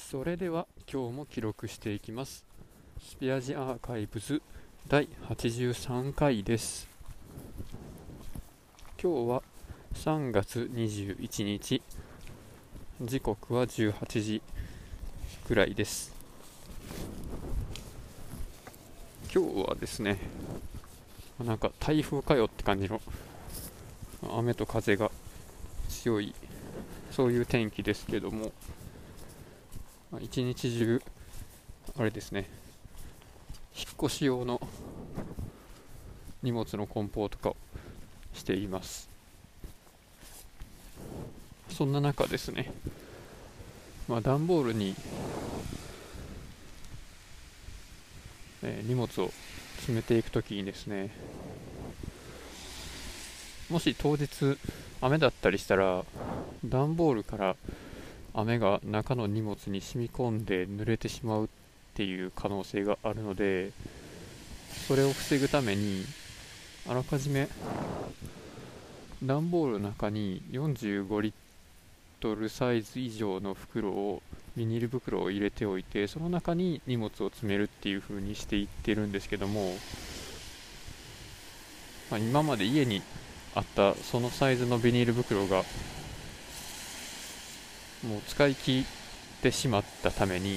それでは今日も記録していきます。スピアジアーカイブズ第83回です。今日は3月21日、時刻は18時くらいです。今日はですね、なんか台風かよって感じの雨と風が強い、そういう天気ですけども、一日中あれですね、引っ越し用の荷物の梱包とかをしています。そんな中ですね、段ボールに、荷物を詰めていくときにですね、もし当日雨だったりしたら、段ボールから雨が中の荷物に染み込んで濡れてしまうっていう可能性があるので、それを防ぐためにあらかじめ段ボールの中に45リットルサイズ以上のビニール袋を入れておいて、その中に荷物を詰めるっていう風にしていってるんですけども、今まで家にあったそのサイズのビニール袋がもう使い切ってしまったために、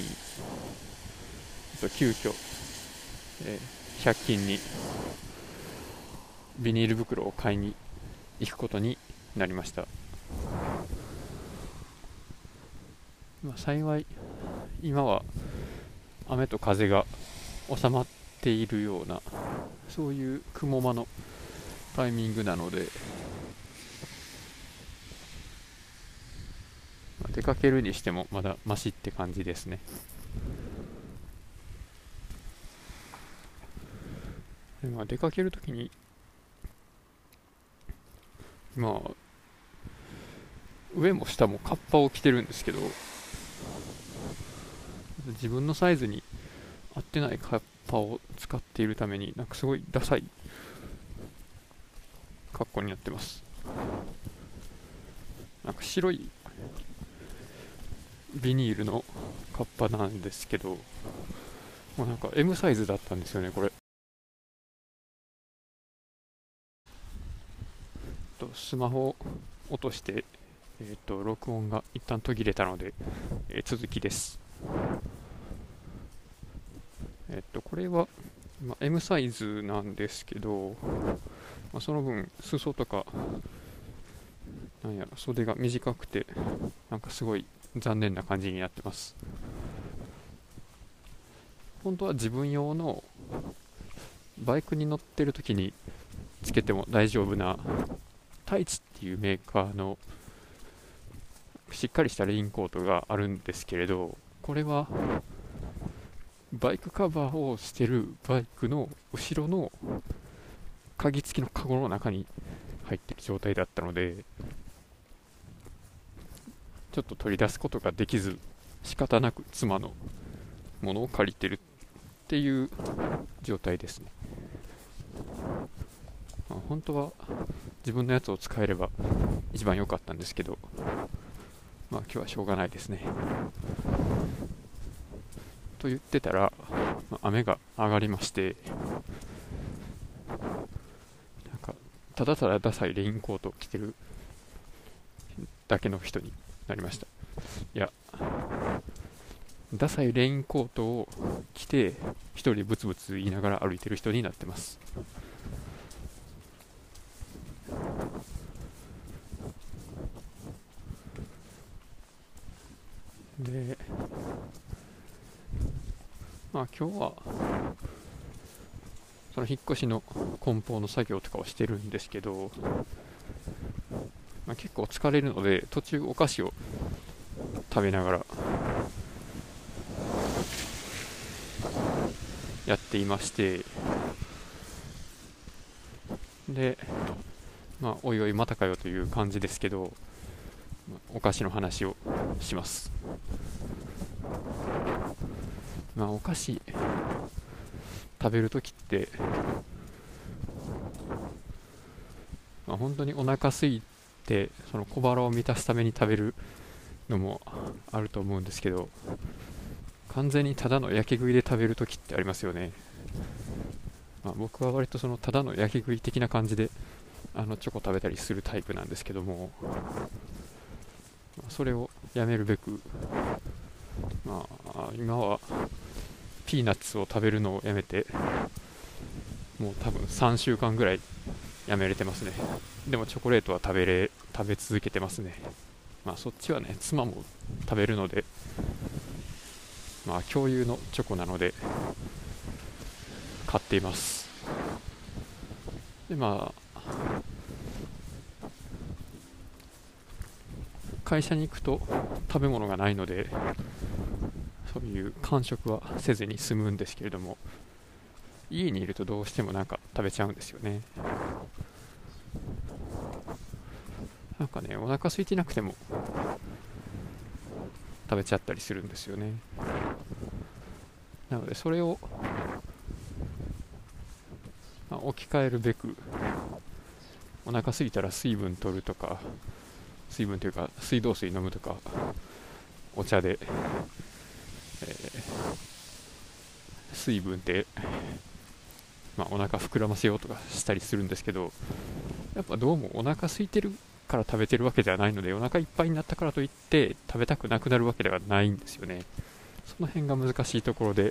急遽、100均にビニール袋を買いに行くことになりました。幸い今は雨と風が収まっているような、そういう雲間のタイミングなので、出かけるにしてもまだマシって感じですね。出かけるときに上も下もカッパを着てるんですけど、自分のサイズに合ってないカッパを使っているために、なんかすごいダサい格好になってます。なんか白いビニールのカッパなんですけど、もうなんか M サイズだったんですよね、これ。スマホを落として、録音が一旦途切れたので、続きです。これは、M サイズなんですけど、その分裾とか袖が短くて、なんかすごい残念な感じになってます。本当は自分用のバイクに乗ってる時につけても大丈夫なタイツっていうメーカーのしっかりしたレインコートがあるんですけれど、これはバイクカバーをしてるバイクの後ろの鍵付きのカゴの中に入ってる状態だったので、ちょっと取り出すことができず、仕方なく妻のものを借りてるっていう状態ですね。本当は自分のやつを使えれば一番良かったんですけど、今日はしょうがないですね。と言ってたら、雨が上がりまして、なんかただただダサいレインコートを着てるだけの人になりました。いや、ダサいレインコートを着て一人ブツブツ言いながら歩いてる人になってます。で、今日はその引っ越しの梱包の作業とかをしてるんですけど、結構疲れるので途中お菓子を食べながらやっていまして、でおいおいまたかよという感じですけど、お菓子の話をします。お菓子食べるときって、本当にお腹空いてその小腹を満たすために食べるのもあると思うんですけど、 完全にただの焼き食いで食べるときってありますよね。僕は割とそのただの焼き食い的な感じでチョコ食べたりするタイプなんですけども、それをやめるべく、今はピーナッツを食べるのをやめて、もう多分3週間ぐらいやめれてますね。でもチョコレートは食べ続けてますね。そっちはね、妻も食べるので、共有のチョコなので買っています。で会社に行くと食べ物がないので、そういう間食はせずに済むんですけれども、家にいるとどうしてもなんか食べちゃうんですよね。なんかね、お腹空いてなくても食べちゃったりするんですよね。なのでそれを、置き換えるべく、お腹空いたら水分取るとか、水分というか水道水飲むとか、お茶で、水分で、お腹膨らませようとかしたりするんですけど、やっぱどうもお腹空いてるから食べてるわけではないので、お腹いっぱいになったからといって食べたくなくなるわけではないんですよね。その辺が難しいところで、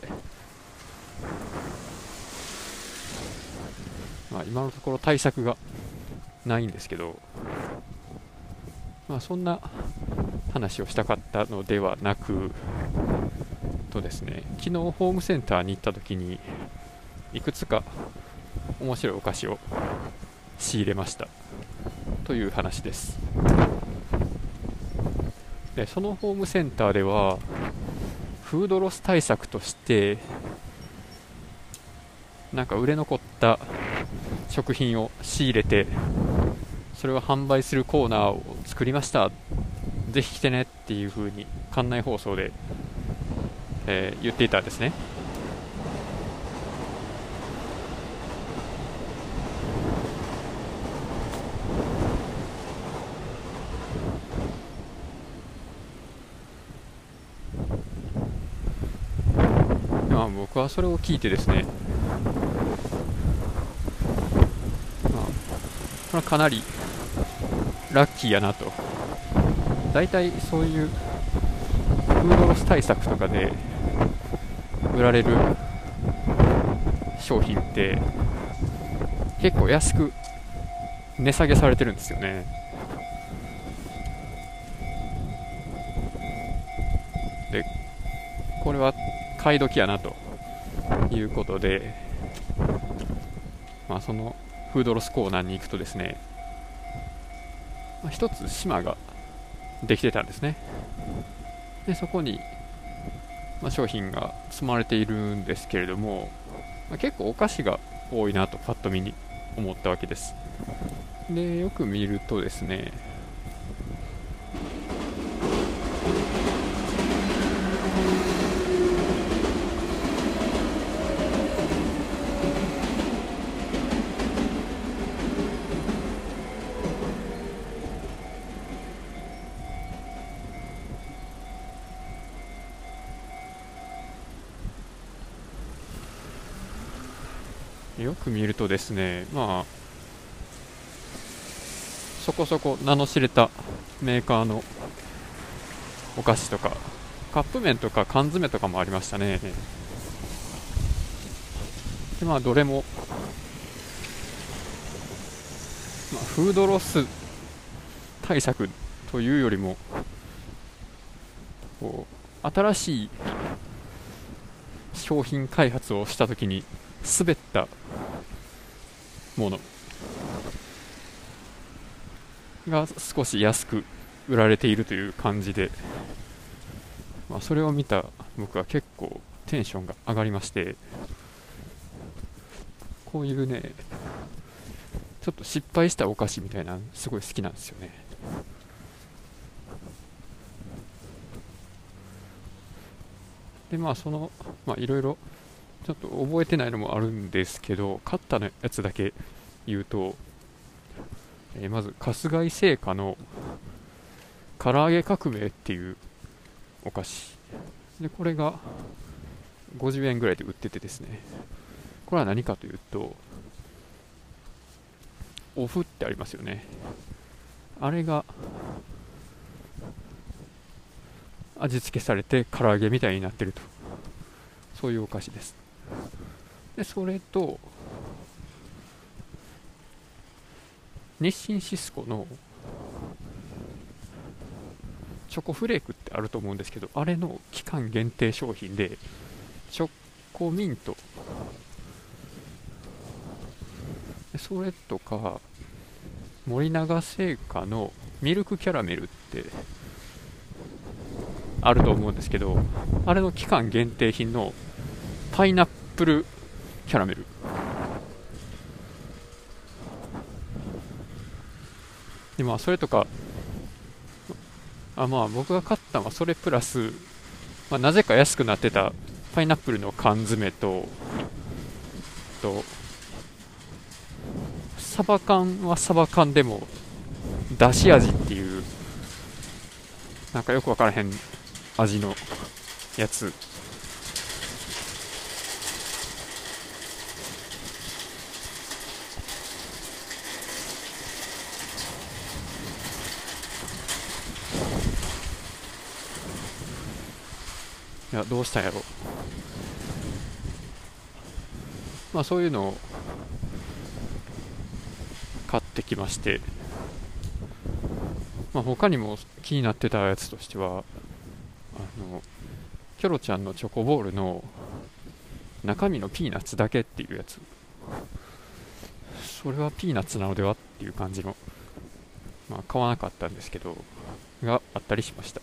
今のところ対策がないんですけど、そんな話をしたかったのではなくですね、昨日ホームセンターに行った時にいくつか面白いお菓子を仕入れましたという話です。で、そのホームセンターではフードロス対策としてなんか売れ残った食品を仕入れて、それを販売するコーナーを作りました、ぜひ来てねっていう風に館内放送で、言っていたんですね。僕はそれを聞いてですね、これはかなりラッキーやなと。だいたいそういうフードロス対策とかで売られる商品って結構安く値下げされてるんですよね。で、これは買い時やなということで、そのフードロスコーナーに行くとですね、一つ島ができてたんですね。でそこに、商品が積まれているんですけれども、結構お菓子が多いなとパッと見に思ったわけです。でよく見るとですね、そこそこ名の知れたメーカーのお菓子とか、カップ麺とか缶詰とかもありましたね。でどれも、フードロス対策というよりも新しい商品開発をしたときに滑ったものが少し安く売られているという感じで、それを見た僕は結構テンションが上がりまして、こういうね、ちょっと失敗したお菓子みたいなすごい好きなんですよね。でそのいろいろちょっと覚えてないのもあるんですけど、買ったのやつだけ言うと、まず春日井製菓の唐揚げ革命っていうお菓子でこれが50円ぐらいで売っててですね、これは何かというと、お麩ってありますよね。あれが味付けされて唐揚げみたいになってると、そういうお菓子です。でそれと日清シスコのチョコフレークってあると思うんですけど、あれの期間限定商品でチョコミント、それとか森永製菓のミルクキャラメルってあると思うんですけど、あれの期間限定品のパイナップルキャラメルで、それとか、僕が買ったのはそれプラス、なぜか安くなってたパイナップルの缶詰とサバ缶はサバ缶でもだし味っていう、なんかよくわからへん味のやつ。いや、どうしたんやろ。そういうのを買ってきまして、他にも気になってたやつとしては、キョロちゃんのチョコボールの中身のピーナッツだけっていうやつ、それはピーナッツなのではっていう感じの、買わなかったんですけどがあったりしました。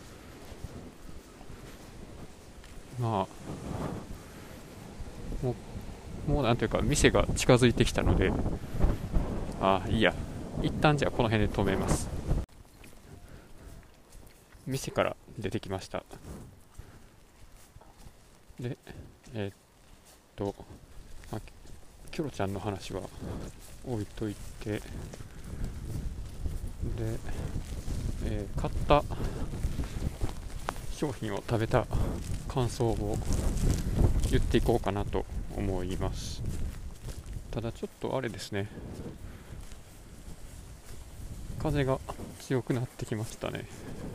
もうなんていうか店が近づいてきたので、いいや、一旦じゃあこの辺で止めます。店から出てきました。でキョロちゃんの話は置いといて、で、買った商品を食べた感想を言っていこうかなと思います。ただちょっとあれですね、風が強くなってきましたね。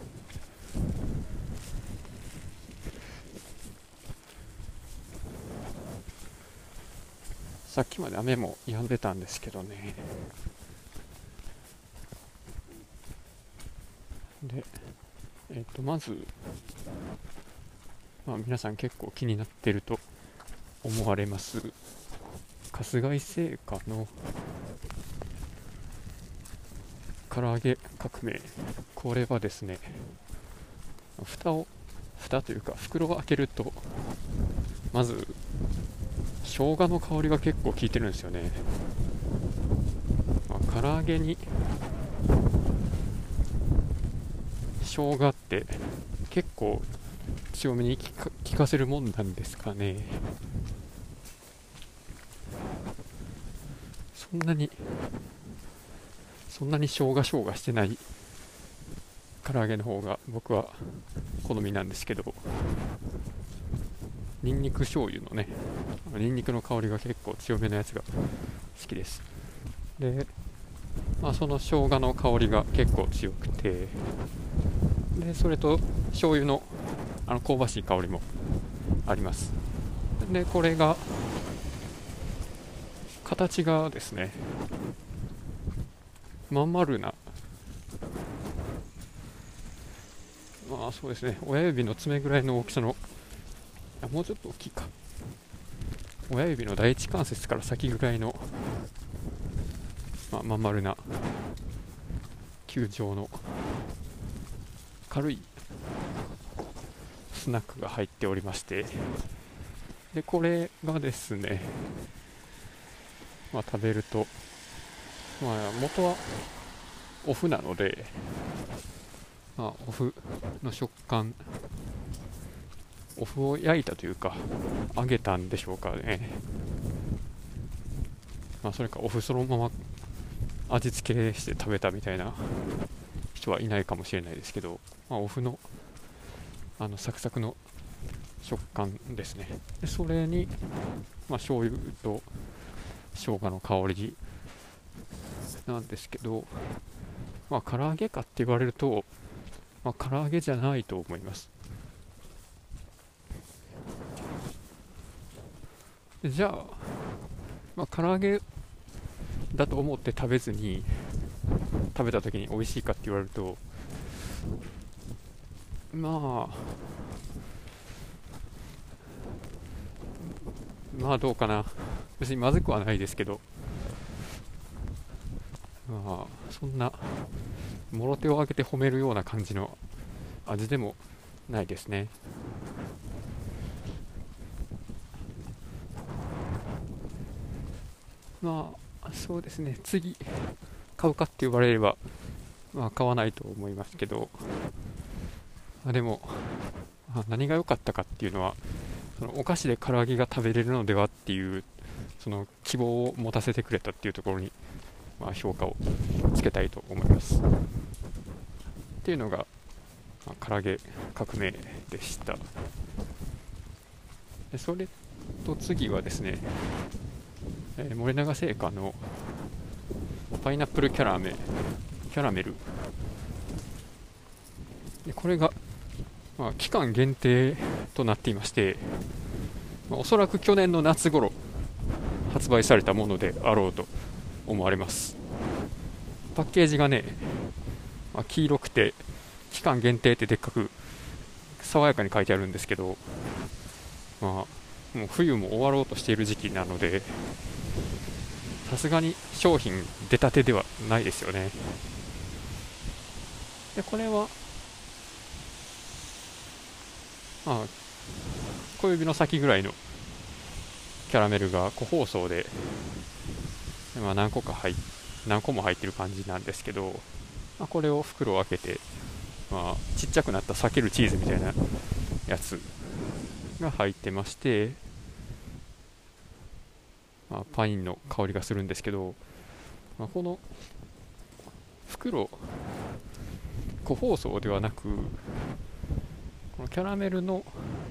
さっきまで雨も止んでたんですけどね。で、まず、皆さん結構気になってると思われます春日井製菓の唐揚げ革命。これはですね、蓋というか袋を開けると、まず生姜の香りが結構効いてるんですよね。唐揚げに生姜って結構強めに効かせるもんなんですかね。そんなに生姜してない唐揚げの方が僕は好みなんですけど、ニンニク醤油のね、ニンニクの香りが結構強めのやつが好きです。で、その生姜の香りが結構強くて、でそれと醤油の香ばしい香りもあります。でこれが形がですね、まん丸な、そうですね、親指の爪ぐらいの大きさの、もうちょっと大きいか、親指の第一関節から先ぐらいの、まん丸な球状の軽いスナックが入っておりまして、でこれがですね、食べると、元はお麩なので、お麩の食感、お麩を焼いたというか揚げたんでしょうかね。それかお麩そのまま味付けして食べたみたいな人はいないかもしれないですけど、お麩のサクサクの食感ですね。でそれに、醤油と生姜の香りなんですけど、唐揚げかって言われると、唐揚げじゃないと思います。でじゃあ、唐揚げだと思って食べずに食べた時に美味しいかって言われると、どうかな。別にまずくはないですけど、そんなもろ手を挙げて褒めるような感じの味でもないですね。そうですね、次買うかって言われれば、買わないと思いますけど、でも、何が良かったかっていうのは、そのお菓子で唐揚げが食べれるのではっていう、その希望を持たせてくれたっていうところに、評価をつけたいと思います。っていうのが、唐揚げ革命でした。でそれと次はですね、森永製菓のパイナップルキャラメルで、これが、期間限定となっていまして、おそらく去年の夏頃発売されたものであろうと思われます。パッケージがね、黄色くて期間限定ってでっかく爽やかに書いてあるんですけど、もう冬も終わろうとしている時期なので、さすがに商品出たてではないですよね。でこれは、小指の先ぐらいのキャラメルが個包装で、何個も入ってる感じなんですけど、これを袋を開けて、ちっちゃくなった裂けるチーズみたいなやつが入ってまして、パインの香りがするんですけど、この袋、個包装ではなく、このキャラメルの、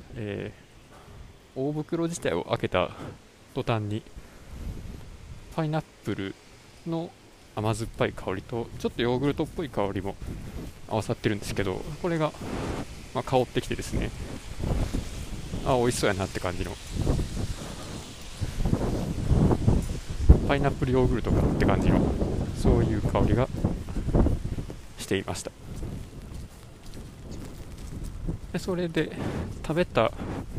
大袋自体を開けた途端にパイナップルの甘酸っぱい香りとちょっとヨーグルトっぽい香りも合わさってるんですけど、これが、香ってきてですね、美味しそうやなって感じのパイナップルヨーグルトかって感じの、そういう香りがしていました。でそれで食べた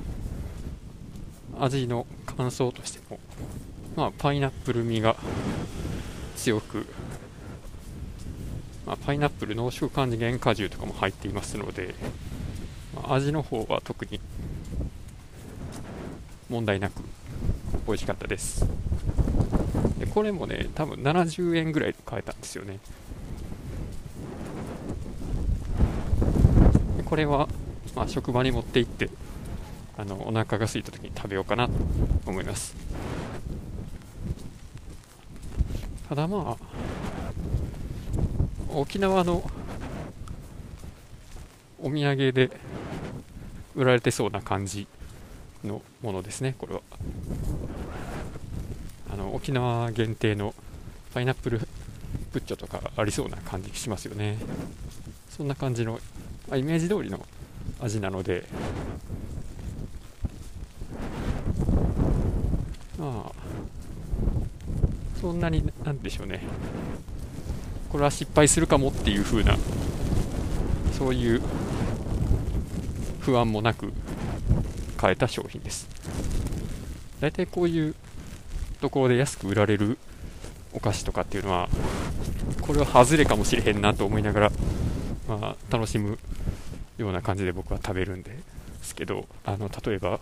味の感想としても、パイナップル味が強く、パイナップル濃縮還元果汁とかも入っていますので、味の方は特に問題なく美味しかったです。でこれもね、多分70円ぐらいで買えたんですよね。でこれは、職場に持って行ってお腹が空いた時に食べようかなと思います。ただ沖縄のお土産で売られてそうな感じのものですね。これは沖縄限定のパイナップルプッチョとかありそうな感じしますよね。そんな感じの、イメージ通りの味なので、そんなになんでしょうね、これは失敗するかもっていう風な、そういう不安もなく買えた商品です。だいたいこういうところで安く売られるお菓子とかっていうのは、これは外れかもしれへんなと思いながら、楽しむような感じで僕は食べるんですけど、例えば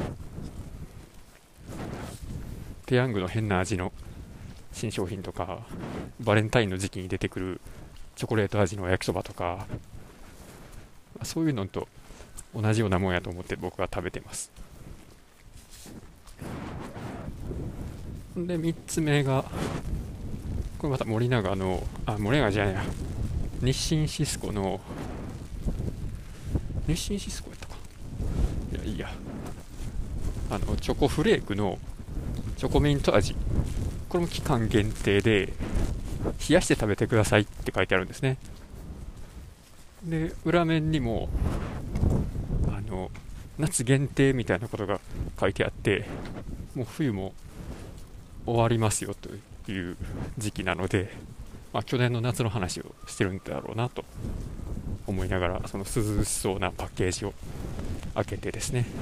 ペヤングの変な味の新商品とか、バレンタインの時期に出てくるチョコレート味の焼きそばとか、そういうのと同じようなもんやと思って僕は食べてます。で3つ目が、これまた森永の、森永じゃないや、日清シスコの、日清シスコやったか、いやいいや、 チョコフレークのチョコミント味、これも期間限定で冷やして食べてくださいって書いてあるんですね。で裏面にも夏限定みたいなことが書いてあって、もう冬も終わりますよという時期なので、去年の夏の話をしてるんだろうなと思いながら、その涼しそうなパッケージを開けてですね、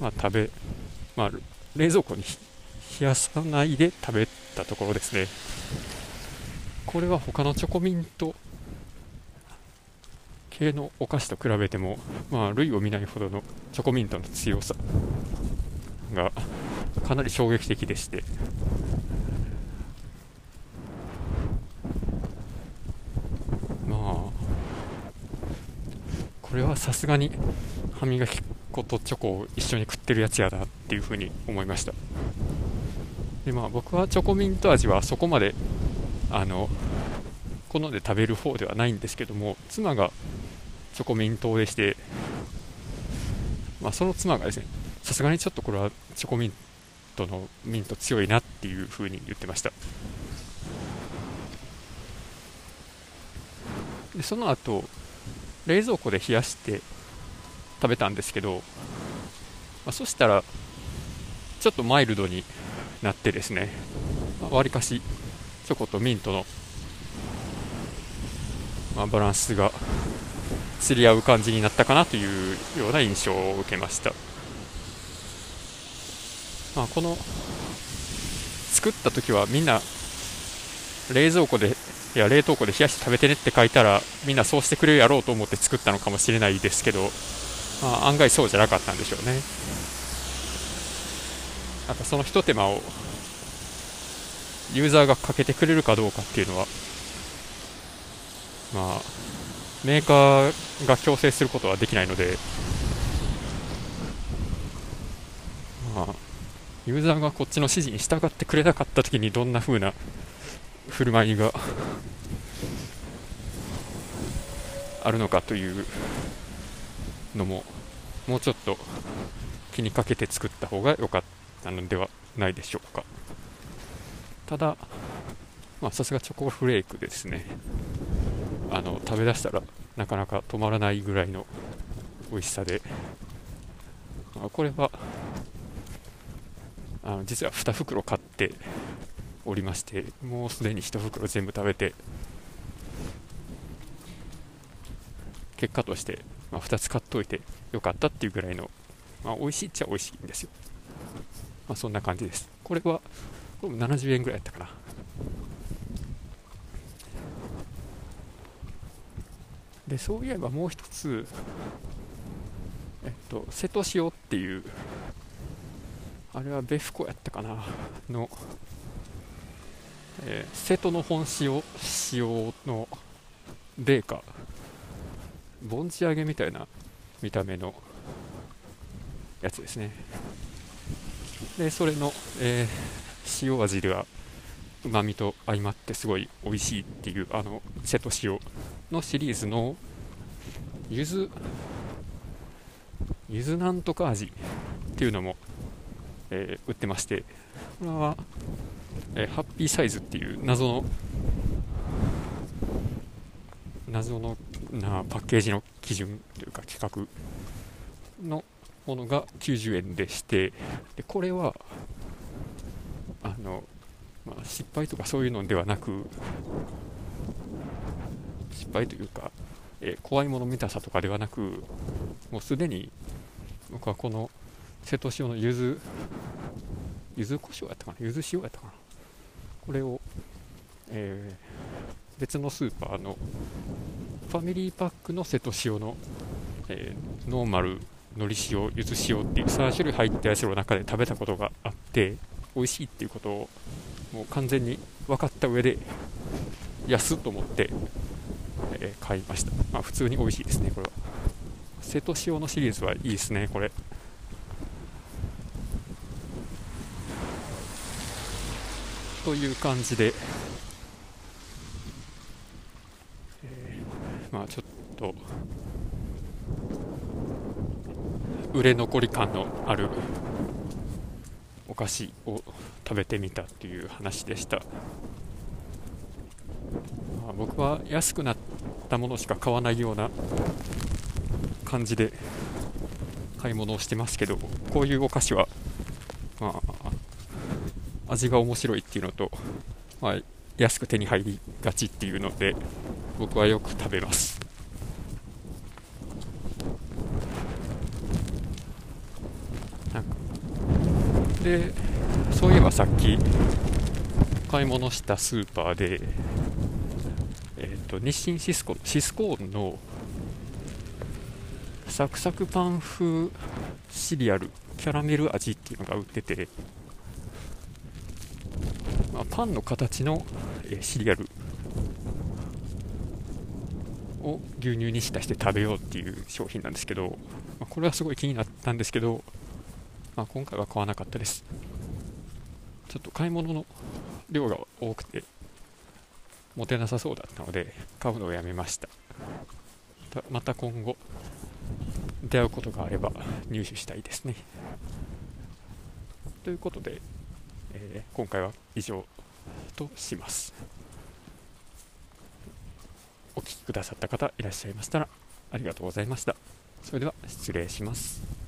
冷蔵庫に冷やさないで食べたところですね、これは他のチョコミント系のお菓子と比べても、類を見ないほどのチョコミントの強さがかなり衝撃的でして、これはさすがに歯磨き粉とチョコを一緒に食ってるやつやなっていうふうに思いました。で僕はチョコミント味はそこまで好んで食べる方ではないんですけども、妻がチョコミントでして、その妻がですね、さすがにちょっとこれはチョコミントのミント強いなっていう風に言ってました。でその後冷蔵庫で冷やして食べたんですけど、そしたらちょっとマイルドになってですね、わりかしチョコとミントの、バランスが釣り合う感じになったかなというような印象を受けました。この作った時はみんな冷凍庫で冷やして食べてねって書いたらみんなそうしてくれるやろうと思って作ったのかもしれないですけど、案外そうじゃなかったんでしょうね。あとその一手間をユーザーがかけてくれるかどうかっていうのは、メーカーが強制することはできないので、ユーザーがこっちの指示に従ってくれなかった時にどんな風な振る舞いがあるのかというのももうちょっと気にかけて作った方が良かったのではないでしょうか。たださすがチョコフレークでですね、食べ出したらなかなか止まらないぐらいの美味しさで、これは実は2袋買っておりまして、もうすでに1袋全部食べて、結果として、2つ買っといてよかったっていうぐらいの、美味しいっちゃ美味しいんですよ。そんな感じです。これも70円ぐらいだったかな。でそういえばもう一つ、瀬戸塩っていう、あれはベフコやったかなの、瀬戸の本塩のベーカー、盆地揚げみたいな見た目のやつですね。でそれの、塩味ではうまみと相まってすごい美味しいっていう、瀬戸塩のシリーズのゆずなんとか味っていうのも、売ってまして、これは、ハッピーサイズっていう謎のパッケージの基準というか規格のものが90円でして、でこれは失敗とかそういうのではなく、失敗というか、怖いもの見たさとかではなく、もうすでに僕はこの瀬戸塩の柚子胡椒やったかな、柚子塩やったかな、これを、別のスーパーのファミリーパックの瀬戸塩の、ノーマル、のり塩、柚子塩っていう3種類入ったやつの中で食べたことがあって、美味しいっていうことをもう完全に分かった上で安っと思って、買いました。普通に美味しいですね。これは瀬戸塩のシリーズはいいですね。これという感じで、ちょっと売れ残り感のある菓子を食べてみたっていう話でした。僕は安くなったものしか買わないような感じで買い物をしてますけど、こういうお菓子は、味が面白いっていうのと、安く手に入りがちっていうので僕はよく食べます。なんかで、そういえばさっき買い物したスーパーで、日清シスコーンのサクサクパン風シリアルキャラメル味っていうのが売ってて、パンの形のシリアルを牛乳に浸して食べようっていう商品なんですけど、これはすごい気になったんですけど、今回は買わなかったです。ちょっと買い物の量が多くて持てなさそうだったので買うのをやめました。また今後出会うことがあれば入手したいですね。ということで、今回は以上とします。お聞きくださった方いらっしゃいましたらありがとうございました。それでは失礼します。